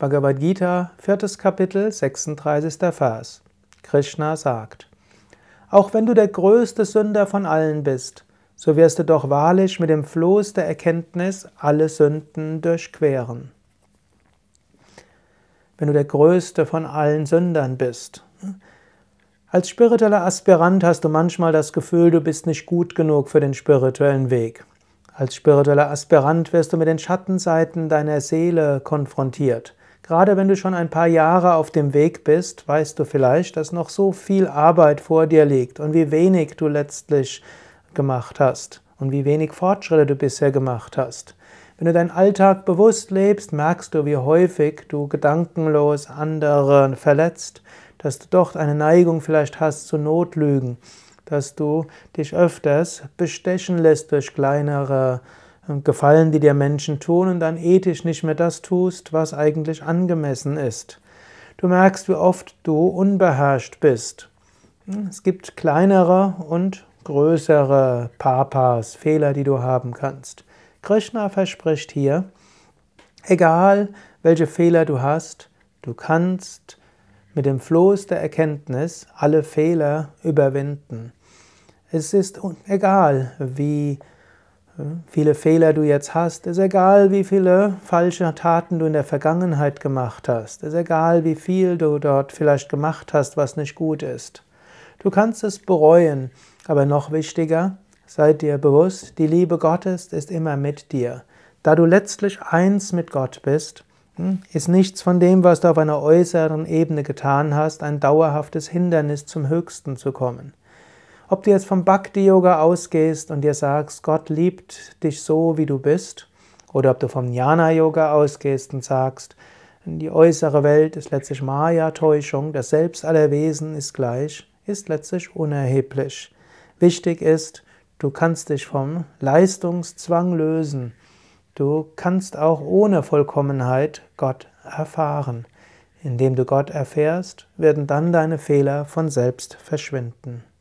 Bhagavad Gita, 4. Kapitel, 36. Vers. Krishna sagt: Auch wenn du der größte Sünder von allen bist, so wirst du doch wahrlich mit dem Floß der Erkenntnis alle Sünden durchqueren. Wenn du der größte von allen Sündern bist. Als spiritueller Aspirant hast du manchmal das Gefühl, du bist nicht gut genug für den spirituellen Weg. Als spiritueller Aspirant wirst du mit den Schattenseiten deiner Seele konfrontiert. Gerade wenn du schon ein paar Jahre auf dem Weg bist, weißt du vielleicht, dass noch so viel Arbeit vor dir liegt und wie wenig du letztlich gemacht hast und wie wenig Fortschritte du bisher gemacht hast. Wenn du deinen Alltag bewusst lebst, merkst du, wie häufig du gedankenlos andere verletzt, dass du dort eine Neigung vielleicht hast zu Notlügen, dass du dich öfters bestechen lässt durch kleinere Gefallen, die dir Menschen tun und dann ethisch nicht mehr das tust, was eigentlich angemessen ist. Du merkst, wie oft du unbeherrscht bist. Es gibt kleinere und größere Papas, Fehler, die du haben kannst. Krishna verspricht hier, egal welche Fehler du hast, du kannst mit dem Floß der Erkenntnis alle Fehler überwinden. Es ist egal, wie viele Fehler du jetzt hast, es ist egal, wie viele falsche Taten du in der Vergangenheit gemacht hast, es ist egal, wie viel du dort vielleicht gemacht hast, was nicht gut ist. Du kannst es bereuen, aber noch wichtiger, sei dir bewusst, die Liebe Gottes ist immer mit dir. Da du letztlich eins mit Gott bist, ist nichts von dem, was du auf einer äußeren Ebene getan hast, ein dauerhaftes Hindernis zum Höchsten zu kommen. Ob du jetzt vom Bhakti-Yoga ausgehst und dir sagst, Gott liebt dich so, wie du bist, oder ob du vom Jnana-Yoga ausgehst und sagst, die äußere Welt ist letztlich Maya-Täuschung, das Selbst aller Wesen ist gleich, ist letztlich unerheblich. Wichtig ist, du kannst dich vom Leistungszwang lösen. Du kannst auch ohne Vollkommenheit Gott erfahren. Indem du Gott erfährst, werden dann deine Fehler von selbst verschwinden.